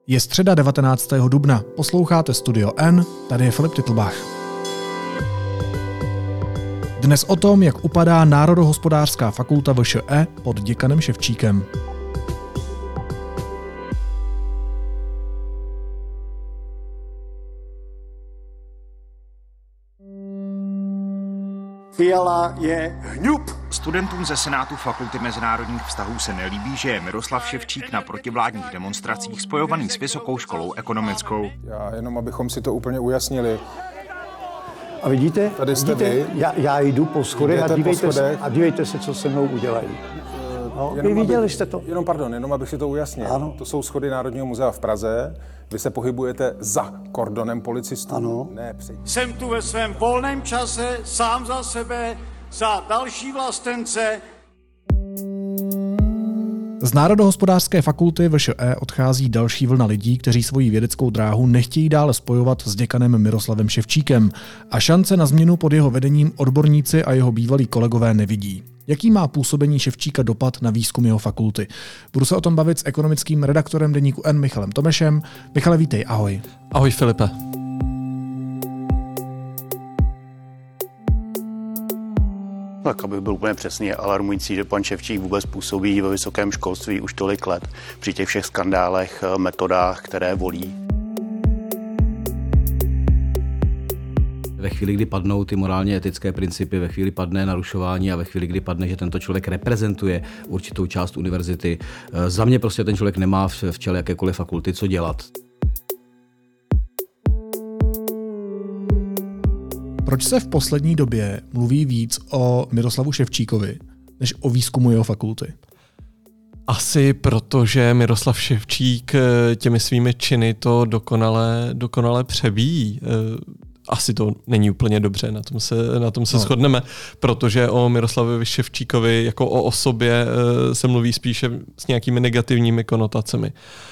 Je středa 19. dubna, posloucháte Studio N, tady je Filip Titlbach. Dnes o tom, jak upadá Národohospodářská fakulta VŠE pod děkanem Ševčíkem. Fiala je hňup. Studentům ze Senátu Fakulty mezinárodních vztahů se nelíbí, že je Miroslav Ševčík na protivládních demonstracích spojovaný s Vysokou školou ekonomickou. Já jenom, abychom si to úplně ujasnili. A vidíte, Tady jste vy. Já jdu po schodech a dívejte se, co se mnou udělají. Viděli jste to? Jenom abych si to ujasnil. Ano. To jsou schody Národního muzea v Praze. Vy se pohybujete za kordonem policistů. Ano. Ne, před. Jsem tu ve svém volném čase, sám za sebe, za další vlastence. Z Národohospodářské fakulty VŠE odchází další vlna lidí, kteří svoji vědeckou dráhu nechtějí dále spojovat s děkanem Miroslavem Ševčíkem a šance na změnu pod jeho vedením odborníci a jeho bývalí kolegové nevidí. Jaký má působení Ševčíka dopad na výzkum jeho fakulty? Budu se o tom bavit s ekonomickým redaktorem deníku N Michalem Tomešem. Michale, vítej, ahoj. Ahoj Filipe. Tak, aby byl úplně přesný, je alarmující, že pan Ševčík vůbec působí ve vysokém školství už tolik let při těch všech skandálech, metodách, které volí. Ve chvíli, kdy padnou ty morálně etické principy, ve chvíli padne narušování a ve chvíli, kdy padne, že tento člověk reprezentuje určitou část univerzity, za mě prostě ten člověk nemá v čele jakékoliv fakulty co dělat. Proč se v poslední době mluví víc o Miroslavu Ševčíkovi, než o výzkumu jeho fakulty? Asi protože Miroslav Ševčík těmi svými činy to dokonale přebíjí. Asi to není úplně dobře, na tom se shodneme, protože o Miroslavovi Ševčíkovi jako o osobě se mluví spíše s nějakými negativními konotacemi.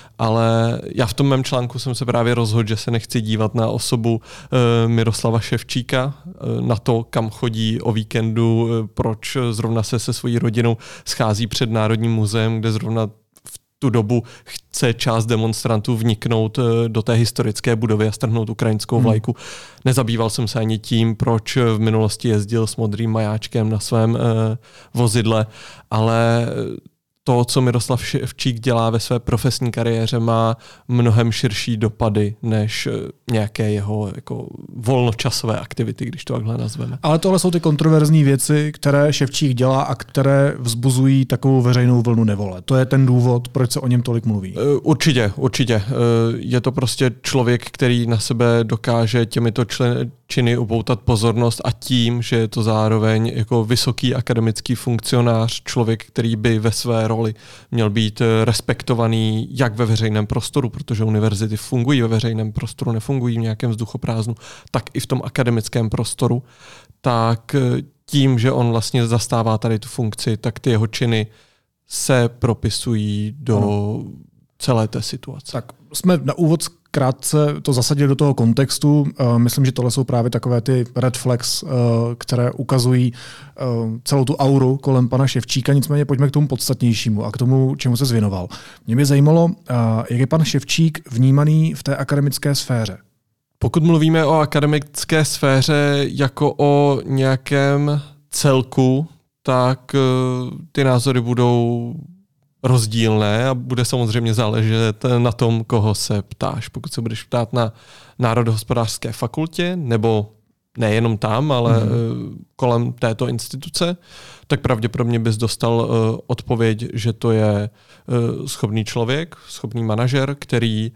Ale já v tom mém článku jsem se právě rozhodl, že se nechci dívat na osobu Miroslava Ševčíka, na to, kam chodí o víkendu, proč zrovna se svojí rodinou schází před Národním muzeem, kde zrovna v tu dobu chce část demonstrantů vniknout do té historické budovy a strhnout ukrajinskou vlajku. Nezabýval jsem se ani tím, proč v minulosti jezdil s modrým majáčkem na svém vozidle, ale to, co Miroslav Ševčík dělá ve své profesní kariéře, má mnohem širší dopady než nějaké jeho jako volnočasové aktivity, když to takhle nazveme. Ale tohle jsou ty kontroverzní věci, které Ševčík dělá a které vzbuzují takovou veřejnou vlnu nevole. To je ten důvod, proč se o něm tolik mluví. Určitě. Je to prostě člověk, který na sebe dokáže těmito činy upoutat pozornost a tím, že je to zároveň jako vysoký akademický funkcionář, člověk, který by ve své roli měl být respektovaný jak ve veřejném prostoru, protože univerzity fungují ve veřejném prostoru, nefungují v nějakém vzduchoprázdnu, tak i v tom akademickém prostoru, tak tím, že on vlastně zastává tady tu funkci, tak ty jeho činy se propisují do celé té situace. Tak jsme na úvod krátce to zasadili do toho kontextu. Myslím, že tohle jsou právě takové ty red flags, které ukazují celou tu auru kolem pana Ševčíka. Nicméně pojďme k tomu podstatnějšímu a k tomu, čemu se zvěnoval. Mě by zajímalo, jak je pan Ševčík vnímaný v té akademické sféře. Pokud mluvíme o akademické sféře jako o nějakém celku, tak ty názory budou rozdílné a bude samozřejmě záležet na tom, koho se ptáš. Pokud se budeš ptát na Národohospodářské fakultě, nebo nejenom tam, ale kolem této instituce, tak pravděpodobně bys dostal odpověď, že to je schopný člověk, schopný manažer, který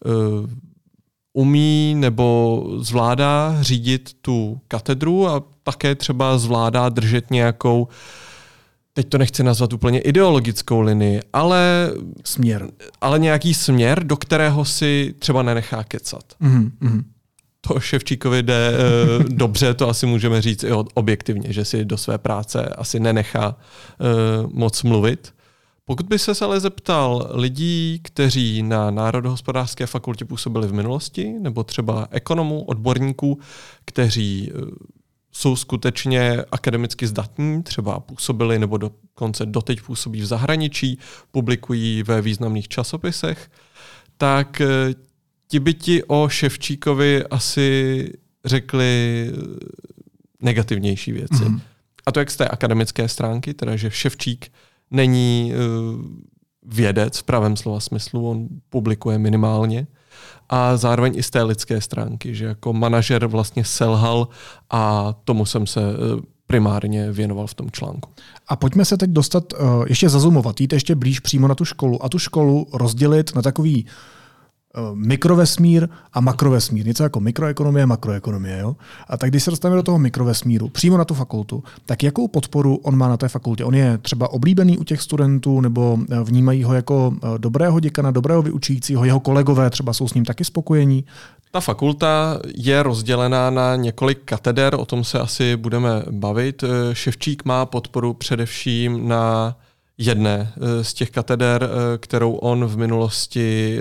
umí nebo zvládá řídit tu katedru a také třeba zvládá držet nějakou, teď to nechci nazvat úplně ideologickou linii, ale nějaký směr, do kterého si třeba nenechá kecat. To Ševčíkovi jde dobře, to asi můžeme říct i objektivně, že si do své práce asi nenechá moc mluvit. Pokud by se ale zeptal lidí, kteří na Národohospodářské fakultě působili v minulosti, nebo třeba ekonomů, odborníků, kteří jsou skutečně akademicky zdatní, třeba působili nebo dokonce doteď působí v zahraničí, publikují ve významných časopisech, tak ti by ti o Ševčíkovi asi řekli negativnější věci. A to jak z té akademické stránky, teda že Ševčík není vědec v pravém slova smyslu, on publikuje minimálně, a zároveň i z té lidské stránky, že jako manažer vlastně selhal a tomu jsem se primárně věnoval v tom článku. A pojďme se teď dostat, ještě zazumovat, jít ještě blíž přímo na tu školu a tu školu rozdělit na takový mikrovesmír a makrovesmír. Něco jako mikroekonomie, makroekonomie. Jo? A tak když se dostaneme do toho mikrovesmíru, přímo na tu fakultu, tak jakou podporu on má na té fakultě? On je třeba oblíbený u těch studentů nebo vnímají ho jako dobrého děkana, dobrého vyučujícího, jeho kolegové třeba jsou s ním taky spokojení? Ta fakulta je rozdělená na několik kateder, o tom se asi budeme bavit. Ševčík má podporu především na jedné z těch kateder, kterou on v minulosti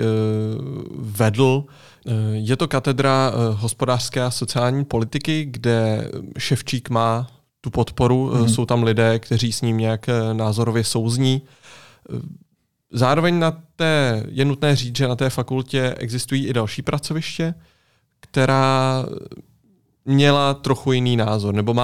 vedl. Je to katedra hospodářské a sociální politiky, kde Ševčík má tu podporu. Jsou tam lidé, kteří s ním nějak názorově souzní. Zároveň je nutné říct, že na té fakultě existují i další pracoviště, která měla trochu jiný názor, nebo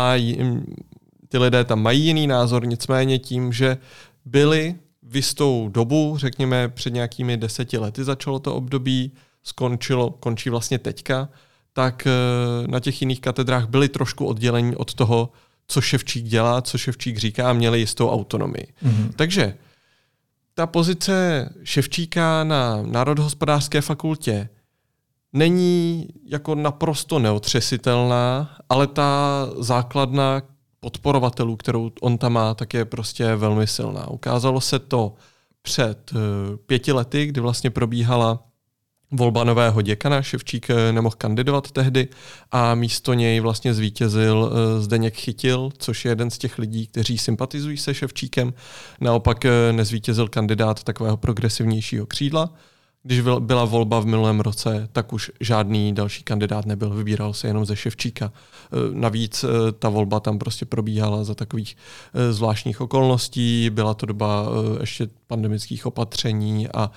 ty lidé tam mají jiný názor, nicméně tím, že byli v jistou dobu, řekněme před nějakými 10 lety začalo to období, končí vlastně teďka, tak na těch jiných katedrách byli trošku oddělení od toho, co Ševčík dělá, co Ševčík říká, a měli jistou autonomii. Takže ta pozice Ševčíka na Národohospodářské fakultě není jako naprosto neotřesitelná, ale ta základna podporovatelů, kterou on tam má, tak je prostě velmi silná. Ukázalo se to před 5 lety, kdy vlastně probíhala volba nového děkana. Ševčík nemohl kandidovat tehdy a místo něj vlastně zvítězil Zdeněk Chytil, což je jeden z těch lidí, kteří sympatizují se Ševčíkem. Naopak nezvítězil kandidát takového progresivnějšího křídla. Když byla volba v minulém roce, tak už žádný další kandidát nebyl, vybíral se jenom ze Ševčíka. Navíc ta volba tam prostě probíhala za takových zvláštních okolností, byla to doba ještě pandemických opatření a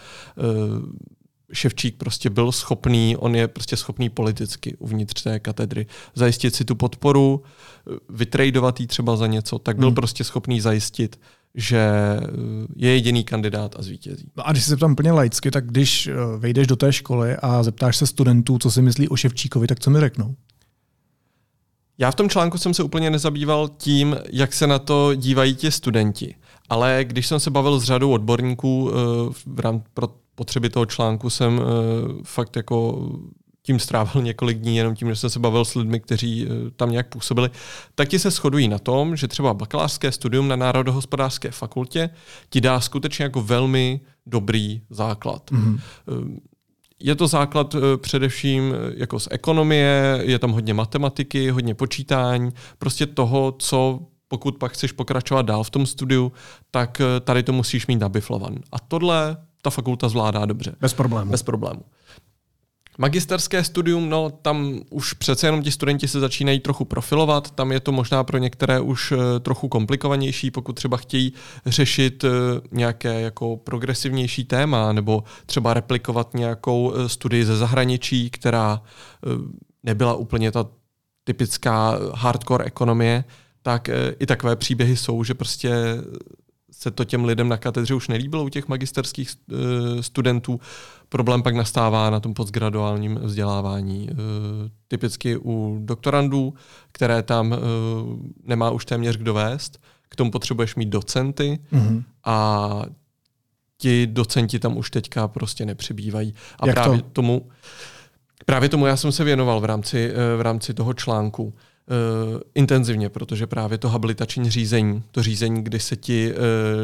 Ševčík prostě byl schopný, on je prostě schopný politicky uvnitř té katedry zajistit si tu podporu, vytradovat jí třeba za něco, tak byl prostě schopný zajistit, že je jediný kandidát a zvítězí. No a když se zeptám úplně laicky, tak když vejdeš do té školy a zeptáš se studentů, co si myslí o Ševčíkovi, tak co mi řeknou? Já v tom článku jsem se úplně nezabýval tím, jak se na to dívají ti studenti, ale když jsem se bavil s řadou odborníků pro potřeby toho článku, jsem fakt jako tím strávil několik dní, jenom tím, že jsem se bavil s lidmi, kteří tam nějak působili, tak ti se shodují na tom, že třeba bakalářské studium na Národohospodářské fakultě ti dá skutečně jako velmi dobrý základ. Je to základ především jako z ekonomie, je tam hodně matematiky, hodně počítání, prostě toho, co pokud pak chceš pokračovat dál v tom studiu, tak tady to musíš mít nabiflovan. A tohle ta fakulta zvládá dobře. Bez problému. Bez problému. Magisterské studium, no tam už přece jenom ti studenti se začínají trochu profilovat, tam je to možná pro některé už trochu komplikovanější, pokud třeba chtějí řešit nějaké jako progresivnější téma nebo třeba replikovat nějakou studii ze zahraničí, která nebyla úplně ta typická hardcore ekonomie, tak i takové příběhy jsou, že prostě se to těm lidem na katedře už nelíbilo u těch magisterských studentů. Problém pak nastává na tom postgraduálním vzdělávání. Typicky u doktorandů, které tam nemá už téměř kdo vést. K tomu potřebuješ mít docenty a ti docenti tam už teďka prostě nepřibývají. A jak právě tomu já jsem se věnoval v rámci toho článku. Intenzivně, protože právě to habilitační řízení, to řízení, kdy se ti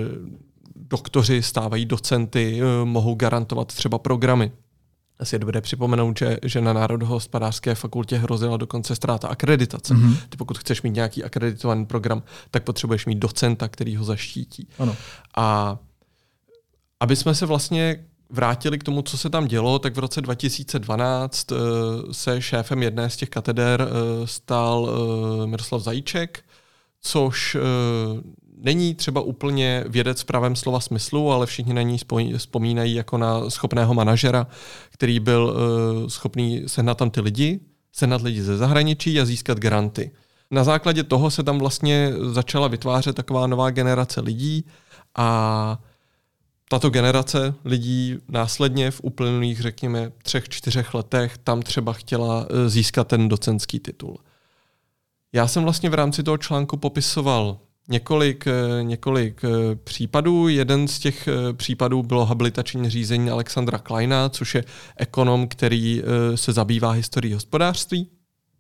doktoři stávají docenty, mohou garantovat třeba programy. Asi je dobré připomenout, že na Národohospodářské fakultě hrozila dokonce ztráta akreditace. Ty pokud chceš mít nějaký akreditovaný program, tak potřebuješ mít docenta, který ho zaštítí. Ano. A aby jsme se vlastně vrátili k tomu, co se tam dělo, tak v roce 2012 se šéfem jedné z těch kateder stal Miroslav Zajíček, což není třeba úplně vědec v pravém slova smyslu, ale všichni na ní vzpomínají jako na schopného manažera, který byl schopný sehnat tam ty lidi, sehnat lidi ze zahraničí a získat granty. Na základě toho se tam vlastně začala vytvářet taková nová generace lidí a tato generace lidí následně v uplynulých, řekněme, 3-4 letech tam třeba chtěla získat ten docentský titul. Já jsem vlastně v rámci toho článku popisoval několik případů. Jeden z těch případů bylo habilitační řízení Alexandra Kleina, což je ekonom, který se zabývá historií hospodářství.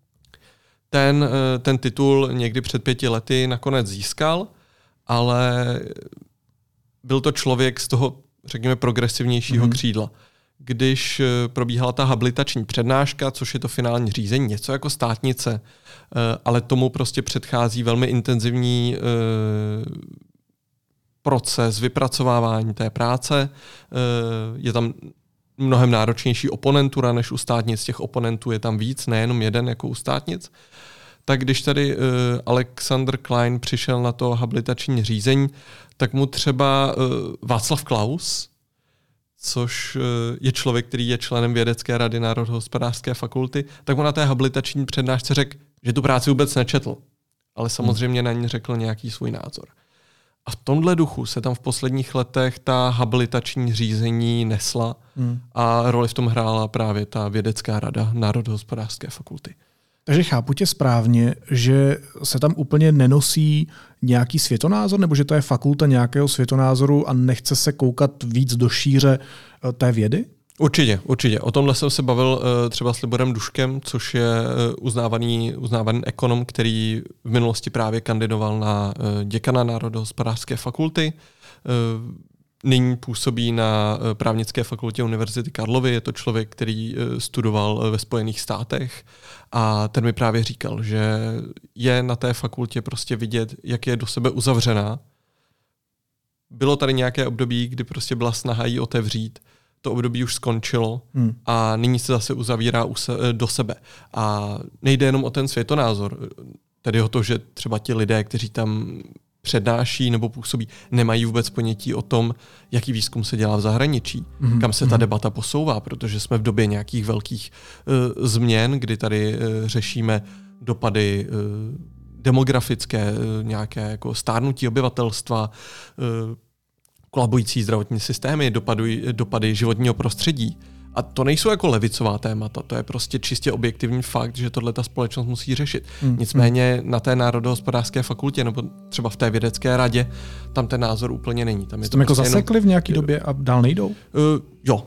Ten titul někdy před 5 lety nakonec získal, ale byl to člověk z toho, řekněme, progresivnějšího křídla. Když probíhala ta habilitační přednáška, což je to finální řízení, něco jako státnice, ale tomu prostě předchází velmi intenzivní proces vypracovávání té práce. Je tam mnohem náročnější oponentura než u státnic. Těch oponentů je tam víc, nejenom jeden jako u státnic. Tak když tady Alexander Klein přišel na to habilitační řízení, tak mu třeba Václav Klaus, což je člověk, který je členem vědecké rady Národohospodářské fakulty, tak mu na té habilitační přednášce řekl, že tu práci vůbec nečetl, ale samozřejmě na ní řekl nějaký svůj názor. A v tomhle duchu se tam v posledních letech ta habilitační řízení nesla a roli v tom hrála právě ta vědecká rada Národohospodářské fakulty. Takže chápu tě správně, že se tam úplně nenosí nějaký světonázor, nebo že to je fakulta nějakého světonázoru a nechce se koukat víc do šíře té vědy? Určitě. O tomhle jsem se bavil třeba s Liborem Duškem, což je uznávaný ekonom, který v minulosti právě kandidoval na děkana Národohospodářské fakulty. Nyní působí na právnické fakultě Univerzity Karlovy. Je to člověk, který studoval ve Spojených státech a ten mi právě říkal, že je na té fakultě prostě vidět, jak je do sebe uzavřená. Bylo tady nějaké období, kdy prostě byla snaha ji otevřít. To období už skončilo a nyní se zase uzavírá do sebe. A nejde jenom o ten světonázor, tedy o to, že třeba ti lidé, kteří tam přednáší nebo působí, nemají vůbec ponětí o tom, jaký výzkum se dělá v zahraničí, kam se ta debata posouvá, protože jsme v době nějakých velkých změn, kdy tady řešíme dopady demografické, nějaké jako stárnutí obyvatelstva, kolabující zdravotní systémy, dopady životního prostředí. A to nejsou jako levicová témata, to je prostě čistě objektivní fakt, že tohle ta společnost musí řešit. Nicméně na té Národohospodářské fakultě nebo třeba v té vědecké radě tam ten názor úplně není. Tam je to jako prostě zasekli v nějaké době a dál nejdou? Jo.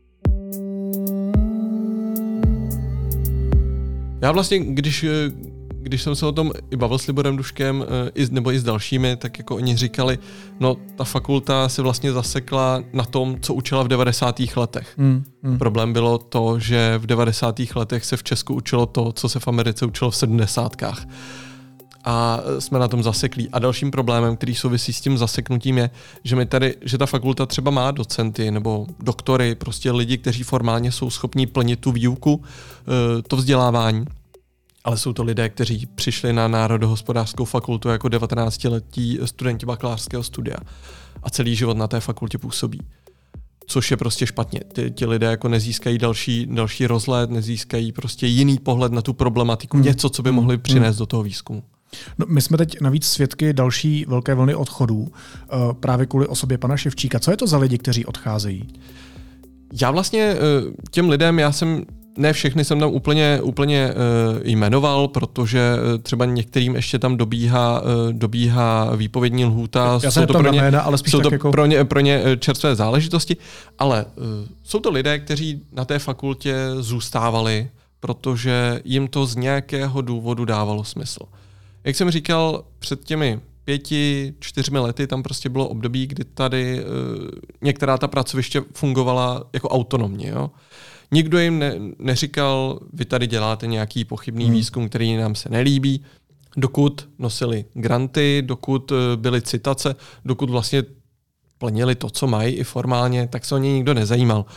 Já vlastně, když jsem se o tom i bavil s Liborem Duškem nebo i s dalšími, tak jako oni říkali, no ta fakulta se vlastně zasekla na tom, co učila v 90. letech. Problém bylo to, že v 90. letech se v Česku učilo to, co se v Americe učilo v 70. A jsme na tom zaseklí. A dalším problémem, který souvisí s tím zaseknutím, je, že ta fakulta třeba má docenty nebo doktory, prostě lidi, kteří formálně jsou schopní plnit tu výuku, to vzdělávání. Ale jsou to lidé, kteří přišli na Národohospodářskou fakultu jako 19letí studenti bakalářského studia a celý život na té fakultě působí. Což je prostě špatně. Ti lidé jako nezískají další rozhled, nezískají prostě jiný pohled na tu problematiku, něco, co by mohli přinést do toho výzkumu. No, my jsme teď navíc svědky další velké vlny odchodů, právě kvůli osobě pana Ševčíka. Co je to za lidi, kteří odcházejí? Já vlastně těm lidem, ne všechny jsem tam úplně jmenoval, protože třeba některým ještě tam dobíhá výpovědní lhůta. Já jsem tam jména, ale spíš jsou tak to jako pro ně čerstvé záležitosti, ale jsou to lidé, kteří na té fakultě zůstávali, protože jim to z nějakého důvodu dávalo smysl. Jak jsem říkal, před těmi 5-4 lety tam prostě bylo období, kdy tady některá ta pracoviště fungovala jako autonomně. Jo? Nikdo jim neříkal, vy tady děláte nějaký pochybný výzkum, který nám se nelíbí, dokud nosili granty, dokud byly citace, dokud vlastně plnili to, co mají i formálně, tak se o ně nikdo nezajímal.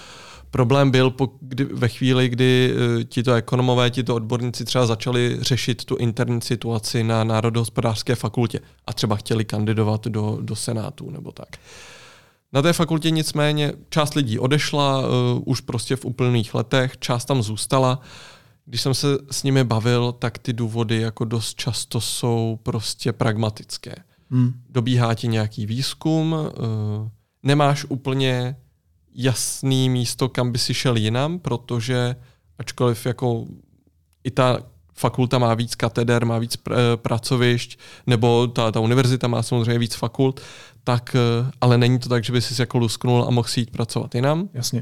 Problém byl ve chvíli, kdy tito ekonomové, tito odborníci třeba začali řešit tu interní situaci na Národohospodářské fakultě a třeba chtěli kandidovat do Senátu nebo tak. Na té fakultě nicméně část lidí odešla už prostě v úplných letech, část tam zůstala. Když jsem se s nimi bavil, tak ty důvody jako dost často jsou prostě pragmatické. Dobíhá ti nějaký výzkum, nemáš úplně jasný místo, kam by si šel jinam, protože ačkoliv jako i ta fakulta má víc kateder, má víc pracovišť, nebo ta univerzita má samozřejmě víc fakult, tak, ale není to tak, že by si jako lusknul a mohl si jít pracovat jinam. Jasně.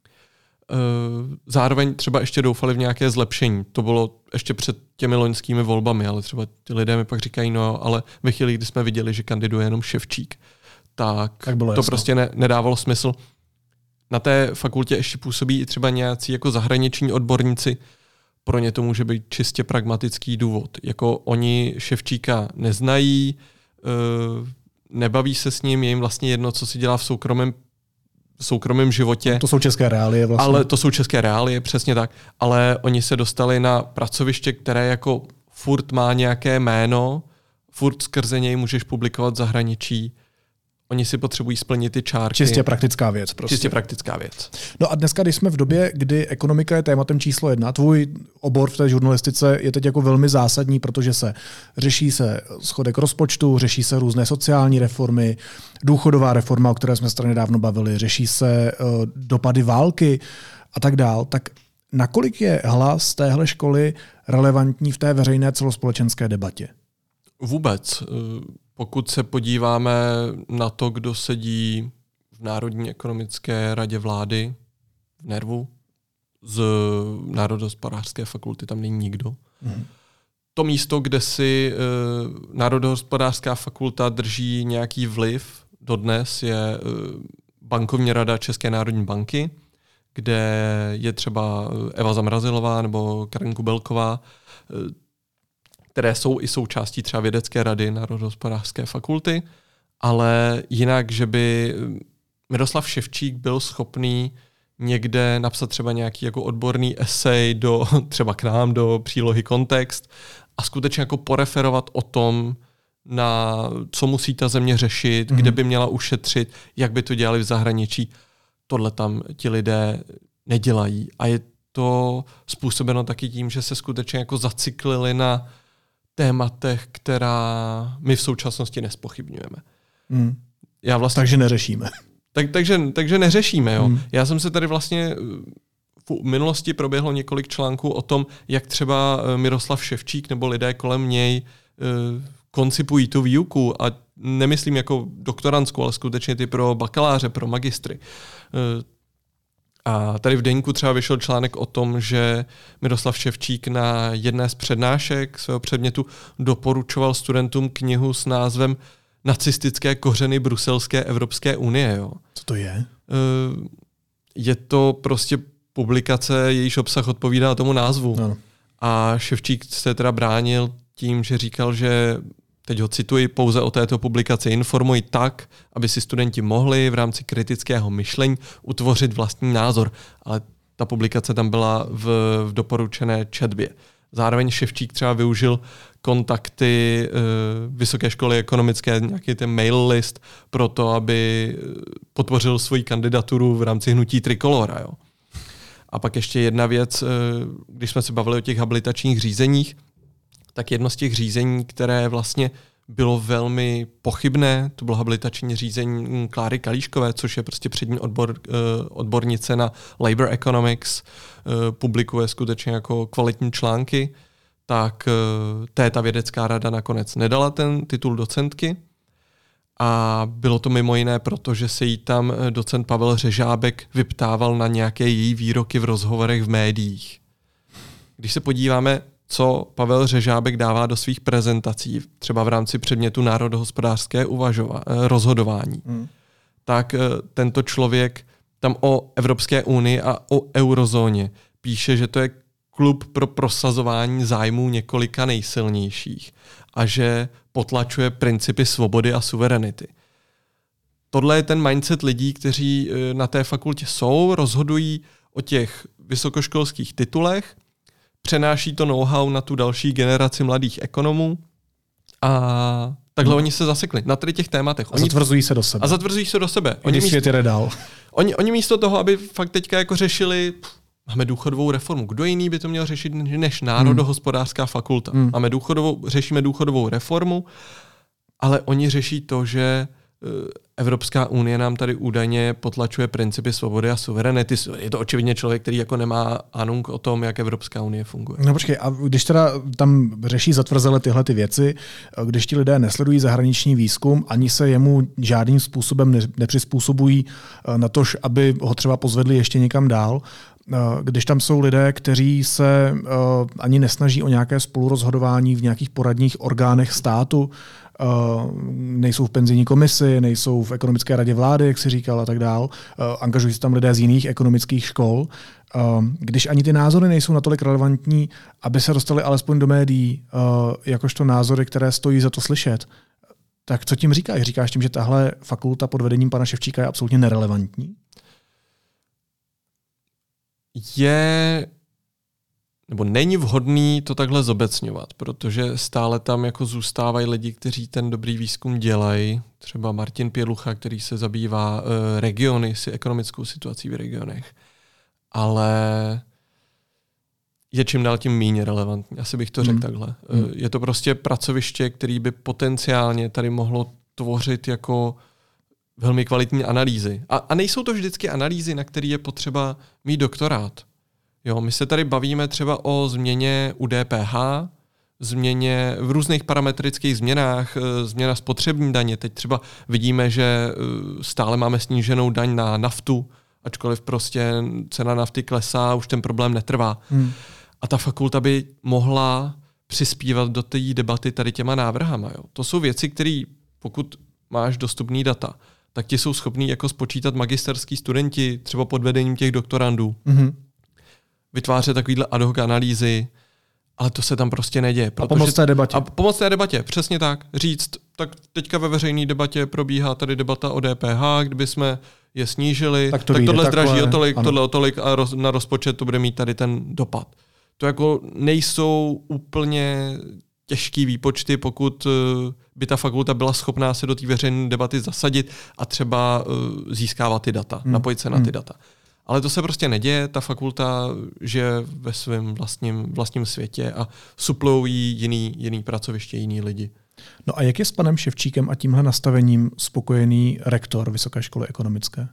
Zároveň třeba ještě doufali v nějaké zlepšení. To bylo ještě před těmi loňskými volbami, ale třeba ty lidé mi pak říkají, no ale ve chvíli, kdy jsme viděli, že kandiduje jenom Ševčík, tak to jasno. Prostě nedávalo smysl. Na té fakultě ještě působí i třeba nějací jako zahraniční odborníci. Pro ně to může být čistě pragmatický důvod. Jako oni Ševčíka neznají, nebaví se s ním, je jim vlastně jedno, co si dělá v soukromém životě. To jsou české reálie vlastně. Ale to jsou české reálie, přesně tak. Ale oni se dostali na pracoviště, které jako furt má nějaké jméno, furt skrze něj můžeš publikovat v zahraničí. Oni si potřebují splnit ty čárky. Čistě praktická věc. Prostě. Čistě praktická věc. No a dneska, když jsme v době, kdy ekonomika je tématem číslo 1, tvůj obor v té žurnalistice je teď jako velmi zásadní, protože řeší se schodek rozpočtu, řeší se různé sociální reformy, důchodová reforma, o které jsme se tady nedávno bavili, řeší se dopady války a tak dál. Tak nakolik je hlas téhle školy relevantní v té veřejné celospolečenské debatě? Vůbec. Pokud se podíváme na to, kdo sedí v Národní ekonomické radě vlády, v NERVu, z Národohospodářské fakulty, tam není nikdo. To místo, kde si Národohospodářská fakulta drží nějaký vliv dodnes, je bankovní rada České národní banky, kde je třeba Eva Zamrazilová nebo Karen Kubelková, které jsou i součástí třeba vědecké rady Národohospodářské fakulty, ale jinak, že by Miroslav Ševčík byl schopný někde napsat třeba nějaký jako odborný esej třeba k nám do přílohy Kontext a skutečně jako poreferovat o tom, na co musí ta země řešit, kde by měla ušetřit, jak by to dělali v zahraničí. Tohle tam ti lidé nedělají. A je to způsobeno taky tím, že se skutečně jako zaciklili na tématech, která my v současnosti nespochybňujeme. Takže neřešíme. Takže neřešíme. Jo. Já jsem se tady vlastně v minulosti proběhlo několik článků o tom, jak třeba Miroslav Ševčík nebo lidé kolem něj koncipují tu výuku a nemyslím jako doktorandskou, ale skutečně ty pro bakaláře, pro magistry. A tady v Deníku třeba vyšel článek o tom, že Miroslav Ševčík na jedné z přednášek svého předmětu doporučoval studentům knihu s názvem Nacistické kořeny bruselské Evropské unie. Jo. Co to je? Je to prostě publikace, jejíž obsah odpovídá tomu názvu. Ano. A Ševčík se teda bránil tím, že říkal, že teď ho cituji, pouze o této publikaci informuji tak, aby si studenti mohli v rámci kritického myšlení utvořit vlastní názor. Ale ta publikace tam byla v doporučené četbě. Zároveň Ševčík třeba využil kontakty Vysoké školy ekonomické, nějaký ten mail list pro to, aby podpořil svoji kandidaturu v rámci hnutí Trikolora. Jo. A pak ještě jedna věc, když jsme se bavili o těch habilitačních řízeních, tak jedno z těch řízení, které vlastně bylo velmi pochybné, to bylo habilitační řízení Kláry Kalíškové, což je prostě přední odbornice na labor economics, publikuje skutečně jako kvalitní články, tak ta vědecká rada nakonec nedala ten titul docentky a bylo to mimo jiné, protože se jí tam docent Pavel Řežábek vyptával na nějaké její výroky v rozhovorech v médiích. Když se podíváme, co Pavel Řežábek dává do svých prezentací, třeba v rámci předmětu národohospodářské rozhodování, tak tento člověk tam o Evropské unii a o eurozóně píše, že to je klub pro prosazování zájmů několika nejsilnějších a že potlačuje principy svobody a suverenity. Tohle je ten mindset lidí, kteří na té fakultě jsou, rozhodují o těch vysokoškolských titulech, přenáší to know-how na tu další generaci mladých ekonomů a takhle oni se zasekli na tady těch tématech. A zatvrzují se do sebe. Oni svět jde dál. Oni místo toho, aby fakt teďka jako řešili, máme důchodovou reformu. Kdo jiný by to měl řešit než Národohospodářská fakulta? Řešíme důchodovou reformu, ale oni řeší to, že Evropská unie nám tady údajně potlačuje principy svobody a suverenity. Je to očividně člověk, který jako nemá anunk o tom, jak Evropská unie funguje. No počkej, a když teda tam řeší zatvrzele tyhle ty věci, když ti lidé nesledují zahraniční výzkum, ani se jemu žádným způsobem nepřizpůsobují na to, aby ho třeba pozvedli ještě někam dál, když tam jsou lidé, kteří se ani nesnaží o nějaké spolurozhodování v nějakých poradních orgánech státu, nejsou v penzijní komisi, nejsou v ekonomické radě vlády, jak si říkal, a tak dál. Angažují se tam lidé z jiných ekonomických škol. Když ani ty názory nejsou natolik relevantní, aby se dostali alespoň do médií, jakožto názory, které stojí za to slyšet, tak co tím říkáš? Říkáš tím, že tahle fakulta pod vedením pana Ševčíka je absolutně nerelevantní? Nebo není vhodný to takhle zobecňovat, protože stále tam jako zůstávají lidi, kteří ten dobrý výzkum dělají. Třeba Martin Pělucha, který se zabývá regiony, ekonomickou situací v regionech. Ale je čím dál tím méně relevantní. Asi bych to řekl takhle. Je to prostě pracoviště, který by potenciálně tady mohlo tvořit jako velmi kvalitní analýzy. A nejsou to vždycky analýzy, na které je potřeba mít doktorát. Jo, my se tady bavíme třeba o změně u DPH, změně v různých parametrických změnách, změna spotřební daně. Teď třeba vidíme, že stále máme sníženou daň na naftu, ačkoliv prostě cena nafty klesá, už ten problém netrvá. A ta fakulta by mohla přispívat do té debaty tady těma návrhama. Jo. To jsou věci, které pokud máš dostupný data, tak ti jsou schopní jako spočítat magisterský studenti, třeba pod vedením těch doktorandů. Vytvářet takovýhle ad hoc analýzy, ale to se tam prostě neděje. A pomoct té debatě. A pomoct té debatě, přesně tak. Říct, tak teďka ve veřejné debatě probíhá tady debata o DPH, kdyby jsme je snížili, tak tohle zdraží o tolik, tohle o tolik a na rozpočet to bude mít tady ten dopad. To jako nejsou úplně těžký výpočty, pokud by ta fakulta byla schopná se do té veřejné debaty zasadit a třeba získávat ty data, napojit se na ty data. Ale to se prostě neděje, ta fakulta žije ve svém vlastním světě a suplují jiný pracoviště, jiný lidi. No a jak je s panem Ševčíkem a tímhle nastavením spokojený rektor Vysoké školy ekonomické?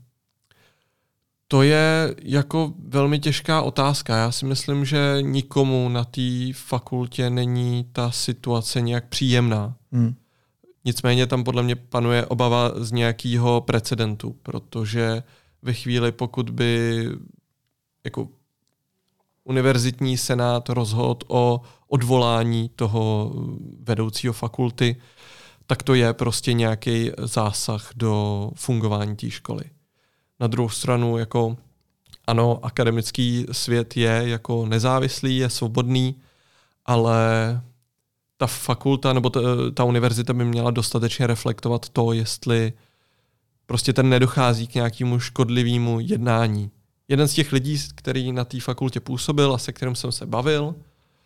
To je jako velmi těžká otázka. Já si myslím, že nikomu na té fakultě není ta situace nějak příjemná. Nicméně tam podle mě panuje obava z nějakého precedentu, protože ve chvíli, pokud by jako univerzitní senát rozhodl o odvolání toho vedoucího fakulty, tak to je prostě nějaký zásah do fungování té školy. Na druhou stranu, jako ano, akademický svět je jako nezávislý, je svobodný, ale ta fakulta nebo ta univerzita by měla dostatečně reflektovat to, jestli prostě ten nedochází k nějakému škodlivému jednání. Jeden z těch lidí, který na té fakultě působil a se kterým jsem se bavil,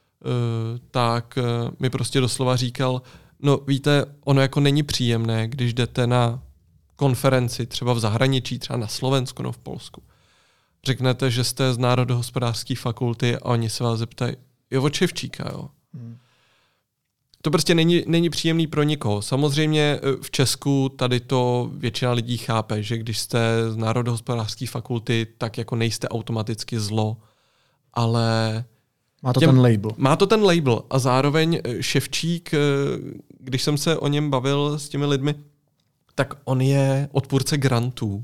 tak mi prostě doslova říkal, no víte, ono jako není příjemné, když jdete na konferenci třeba v zahraničí, třeba na Slovensku nebo v Polsku. Řeknete, že jste z Národohospodářské fakulty a oni se vás zeptají, jo, od Ševčíka, jo. To prostě není příjemný pro nikoho. Samozřejmě v Česku tady to většina lidí chápe, že když jste z Národohospodářské fakulty, tak jako nejste automaticky zlo, ale má to ten label. Má to ten label a zároveň Ševčík, když jsem se o něm bavil s těmi lidmi, tak on je odpůrce grantů.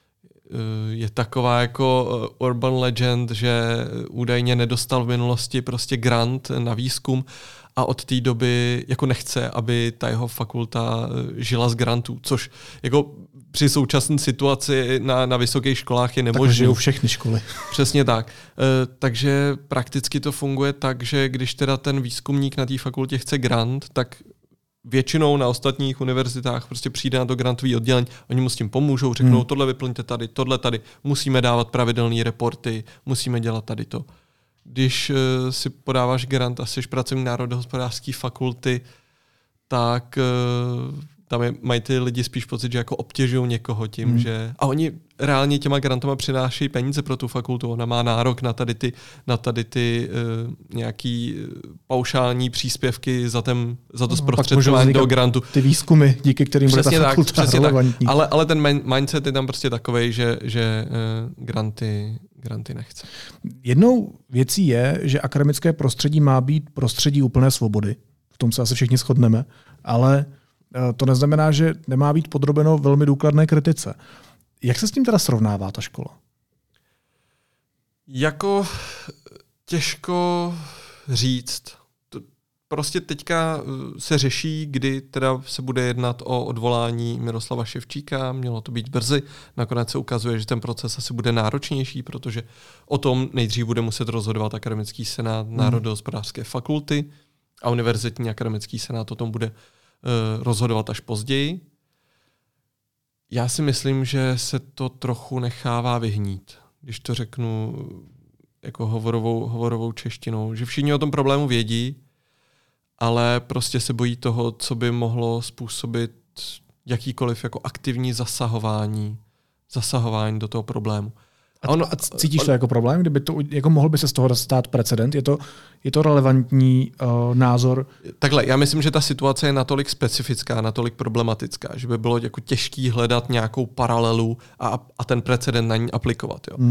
Je taková jako urban legend, že údajně nedostal v minulosti prostě grant na výzkum a od té doby jako nechce, aby ta jeho fakulta žila z grantů, což jako při současné situaci na vysokých školách je nemožné. Tak žijou všechny školy. Přesně tak. Takže prakticky to funguje tak, že když teda ten výzkumník na té fakultě chce grant, tak většinou na ostatních univerzitách prostě přijde na to grantové oddělení, oni mu s tím pomůžou, řeknou, tohle vyplňte tady, tohle tady, musíme dávat pravidelné reporty, musíme dělat tady to. Když si podáváš grant a jsi pracovník národohospodářské fakulty, tak tam mají ty lidi spíš pocit, že jako obtěžují někoho tím, že... A oni reálně těma grantama přinášejí peníze pro tu fakultu. Ona má nárok na tady ty nějaký paušální příspěvky za to zprostředkování toho grantu. Ty výzkumy, díky kterým bude ta fakulta relevantní. Ale ten mindset je tam prostě takovej, že granty nechce. Jednou věcí je, že akademické prostředí má být prostředí úplné svobody. V tom se asi všichni shodneme, ale to neznamená, že nemá být podrobeno velmi důkladné kritice. Jak se s tím teda srovnává ta škola? Jako těžko říct. Prostě teďka se řeší, kdy teda se bude jednat o odvolání Miroslava Ševčíka. Mělo to být brzy. Nakonec se ukazuje, že ten proces asi bude náročnější, protože o tom nejdřív bude muset rozhodovat akademický senát Národohospodářské fakulty a univerzitní akademický senát o tom bude rozhodovat až později. Já si myslím, že se to trochu nechává vyhnít, když to řeknu jako hovorovou češtinou, že všichni o tom problému vědí, ale prostě se bojí toho, co by mohlo způsobit jakýkoliv jako aktivní zasahování do toho problému. A cítíš to jako problém? Kdyby to, jako mohl by se z toho stát precedent? Je to relevantní názor? Takhle, já myslím, že ta situace je natolik specifická, natolik problematická, že by bylo jako těžký hledat nějakou paralelu a ten precedent na ní aplikovat. Jo.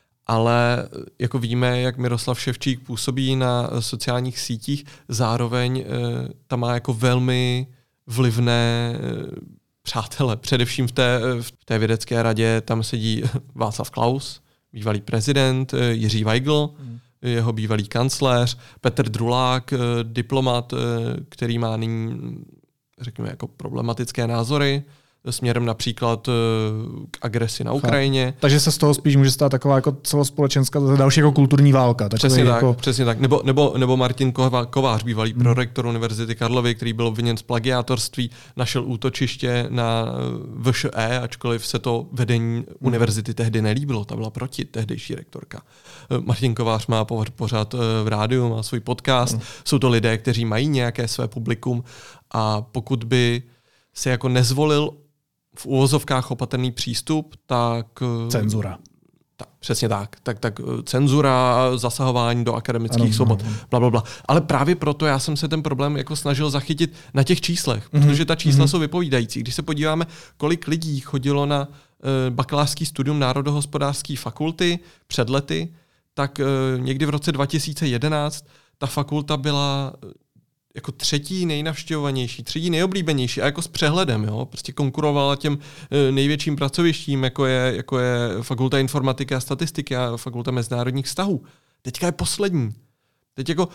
Ale jako víme, jak Miroslav Ševčík působí na sociálních sítích, zároveň tam má jako velmi vlivné přátele. Především v té vědecké radě tam sedí Václav Klaus, bývalý prezident, Jiří Weigl, jeho bývalý kancléř, Petr Drulák, diplomat, který má nyní, řekněme, jako problematické názory směrem například k agresi na Ukrajině. Takže se z toho spíš může stát taková jako celospolečenská další jako kulturní válka. Přesně tak. Nebo Martin Kovář, bývalý prorektor Univerzity Karlovy, který byl obviněn z plagiátorství, našel útočiště na VŠE, ačkoliv se to vedení univerzity tehdy nelíbilo. Ta byla proti, tehdejší rektorka. Martin Kovář má pořád v rádiu, má svůj podcast. Jsou to lidé, kteří mají nějaké své publikum a pokud by se jako nezvolil v uvozovkách opatrný přístup, tak... Cenzura. Přesně tak. Tak cenzura, zasahování do akademických svobod, blablabla. Ale právě proto já jsem se ten problém jako snažil zachytit na těch číslech, protože ta čísla jsou vypovídající. Když se podíváme, kolik lidí chodilo na bakalářský studium Národohospodářské fakulty před lety, tak někdy v roce 2011 ta fakulta byla jako třetí nejnavštěvovanější, třetí nejoblíbenější a jako s přehledem, jo, prostě konkurovala těm největším pracovištím, jako je Fakulta informatiky a statistiky a Fakulta mezinárodních vztahů. Teďka je poslední. Teď jako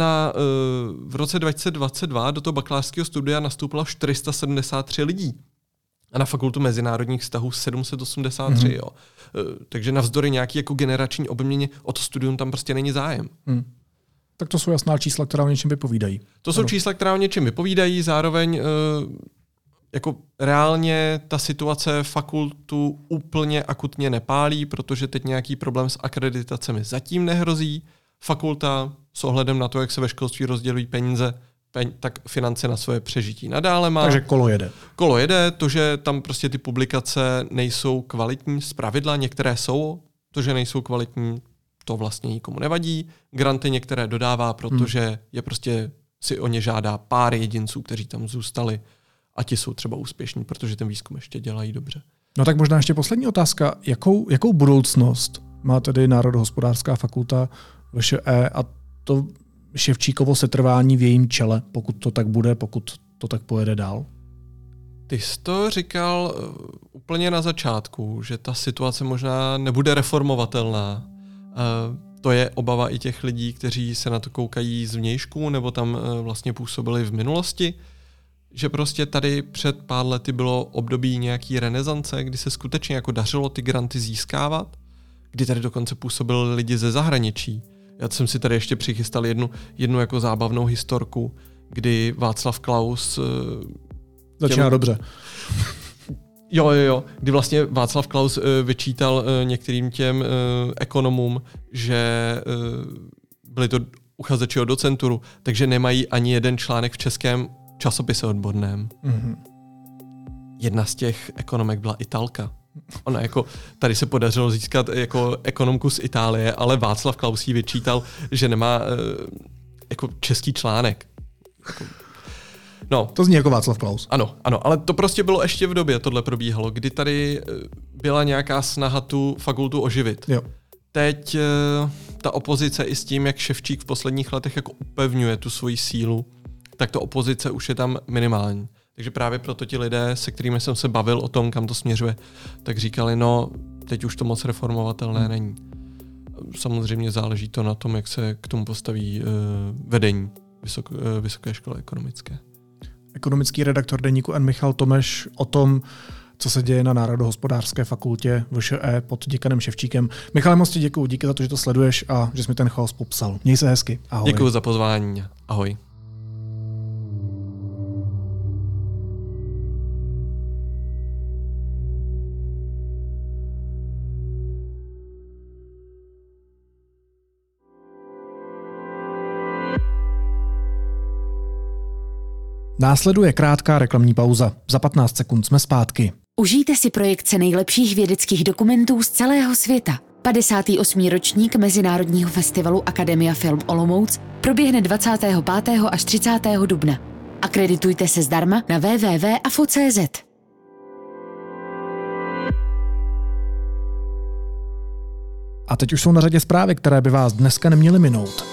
v roce 2022 do toho bakalářského studia nastoupilo 473 lidí. A na Fakultu mezinárodních vztahů 783, jo. Takže navzdory nějaký jako generační obměně o to studium tam prostě není zájem. Tak to jsou jasná čísla, která o něčem vypovídají. To jsou čísla, která o něčem vypovídají, zároveň jako reálně ta situace fakultu úplně akutně nepálí, protože teď nějaký problém s akreditacemi zatím nehrozí. Fakulta s ohledem na to, jak se ve školství rozdělují peníze, tak finance na své přežití nadále má. Takže kolo jede. Kolo jede, to, že tam prostě ty publikace nejsou kvalitní, zpravidla některé jsou, to, že nejsou kvalitní, to vlastně nikomu nevadí. Granty některé dodává, protože je prostě si o ně žádá pár jedinců, kteří tam zůstali a ti jsou třeba úspěšní, protože ten výzkum ještě dělají dobře. No tak možná ještě poslední otázka. Jakou budoucnost má tedy Národohospodářská fakulta VŠE a to Ševčíkovo setrvání v jejím čele, pokud to tak bude, pokud to tak pojede dál? Ty jsi to říkal úplně na začátku, že ta situace možná nebude reformovatelná. To je obava i těch lidí, kteří se na to koukají zvnějšku nebo tam vlastně působili v minulosti, že prostě tady před pár lety bylo období nějaký renesance, kdy se skutečně jako dařilo ty granty získávat, kdy tady dokonce působili lidi ze zahraničí. Já jsem si tady ještě přichystal jednu jako zábavnou historku, kdy Václav Klaus... Začíná dobře. Jo, kdy vlastně Václav Klaus vyčítal některým těm ekonomům, že byli to uchazeči o docenturu, takže nemají ani jeden článek v českém časopise odborném. Mm-hmm. Jedna z těch ekonomek byla Italka. Ona jako, tady se podařilo získat jako ekonomku z Itálie, ale Václav Klaus jí vyčítal, že nemá jako český článek. No. To zní jako Václav Klaus. Ano, ale to prostě bylo ještě v době, tohle probíhalo, kdy tady byla nějaká snaha tu fakultu oživit. Jo. Teď ta opozice i s tím, jak Ševčík v posledních letech jako upevňuje tu svoji sílu, tak ta opozice už je tam minimální. Takže právě proto ti lidé, se kterými jsem se bavil o tom, kam to směřuje, tak říkali, no, teď už to moc reformovatelné není. Samozřejmě záleží to na tom, jak se k tomu postaví vedení Vysoké školy ekonomické. Ekonomický redaktor deníku N. Michal Tomeš o tom, co se děje na Národohospodářské fakultě VŠE pod děkanem Ševčíkem. Michale, moc ti děkuju, díky za to, že to sleduješ a že jsi mi ten chaos popsal. Měj se hezky. Ahoj. Děkuju za pozvání. Ahoj. Následuje krátká reklamní pauza. Za 15 sekund jsme zpátky. Užijte si projekce nejlepších vědeckých dokumentů z celého světa. 58. ročník Mezinárodního festivalu Academia Film Olomouc proběhne 25. až 30. dubna. Akreditujte se zdarma na www.afo.cz. A teď už jsou na řadě zprávy, které by vás dneska neměly minout.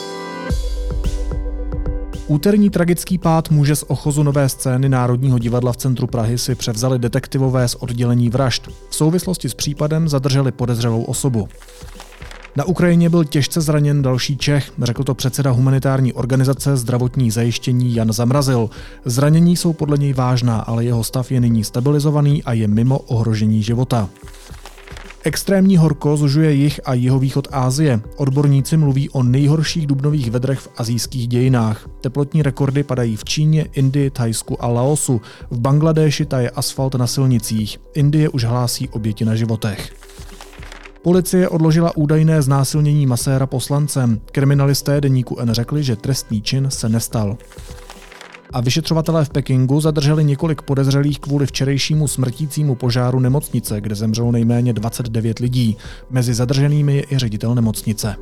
Úterní tragický pád muže z ochozu Nové scény Národního divadla v centru Prahy si převzali detektivové z oddělení vražd. V souvislosti s případem zadrželi podezřelou osobu. Na Ukrajině byl těžce zraněn další Čech, řekl to předseda humanitární organizace Zdravotní zajištění Jan Zamrazil. Zranění jsou podle něj vážná, ale jeho stav je nyní stabilizovaný a je mimo ohrožení života. Extrémní horko zužuje jih a jihovýchod Asie. Odborníci mluví o nejhorších dubnových vedrech v asijských dějinách. Teplotní rekordy padají v Číně, Indii, Thajsku a Laosu. V Bangladéši taje asfalt na silnicích. Indie už hlásí oběti na životech. Policie odložila údajné znásilnění maséra poslancem. Kriminalisté deníku N řekli, že trestný čin se nestal. A vyšetřovatelé v Pekingu zadrželi několik podezřelých kvůli včerejšímu smrtícímu požáru nemocnice, kde zemřelo nejméně 29 lidí. Mezi zadrženými je i ředitel nemocnice.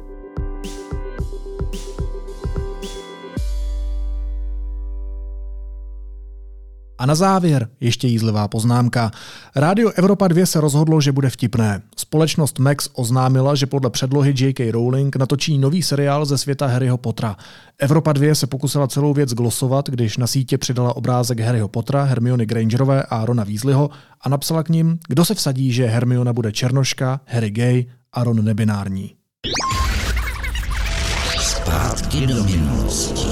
A na závěr ještě jízlivá poznámka. Rádio Evropa 2 se rozhodlo, že bude vtipné. Společnost Max oznámila, že podle předlohy J.K. Rowling natočí nový seriál ze světa Harryho Pottera. Evropa 2 se pokusila celou věc glosovat, když na sítě přidala obrázek Harryho Pottera, Hermiony Grangerové a Rona Weasleyho a napsala k nim, kdo se vsadí, že Hermiona bude černoška, Harry gay a Ron nebinární. Zpátky do minulosti.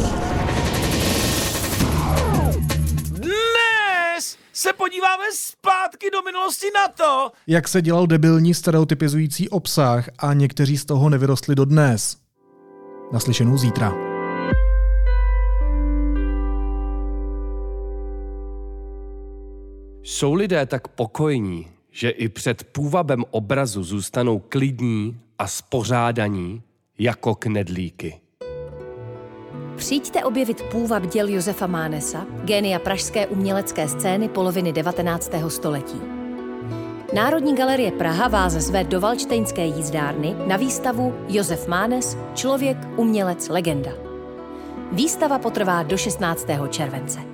Se podíváme zpátky do minulosti na to, jak se dělal debilní stereotypizující obsah a někteří z toho nevyrostli dodnes. Naslyšenou zítra. Jsou lidé tak pokojní, že i před půvabem obrazu zůstanou klidní a spořádaní jako knedlíky. Přijďte objevit půvab děl Josefa Mánesa, génia pražské umělecké scény poloviny 19. století. Národní galerie Praha vás zve do Valdštejnské jízdárny na výstavu Josef Mánes, člověk, umělec, legenda. Výstava potrvá do 16. července.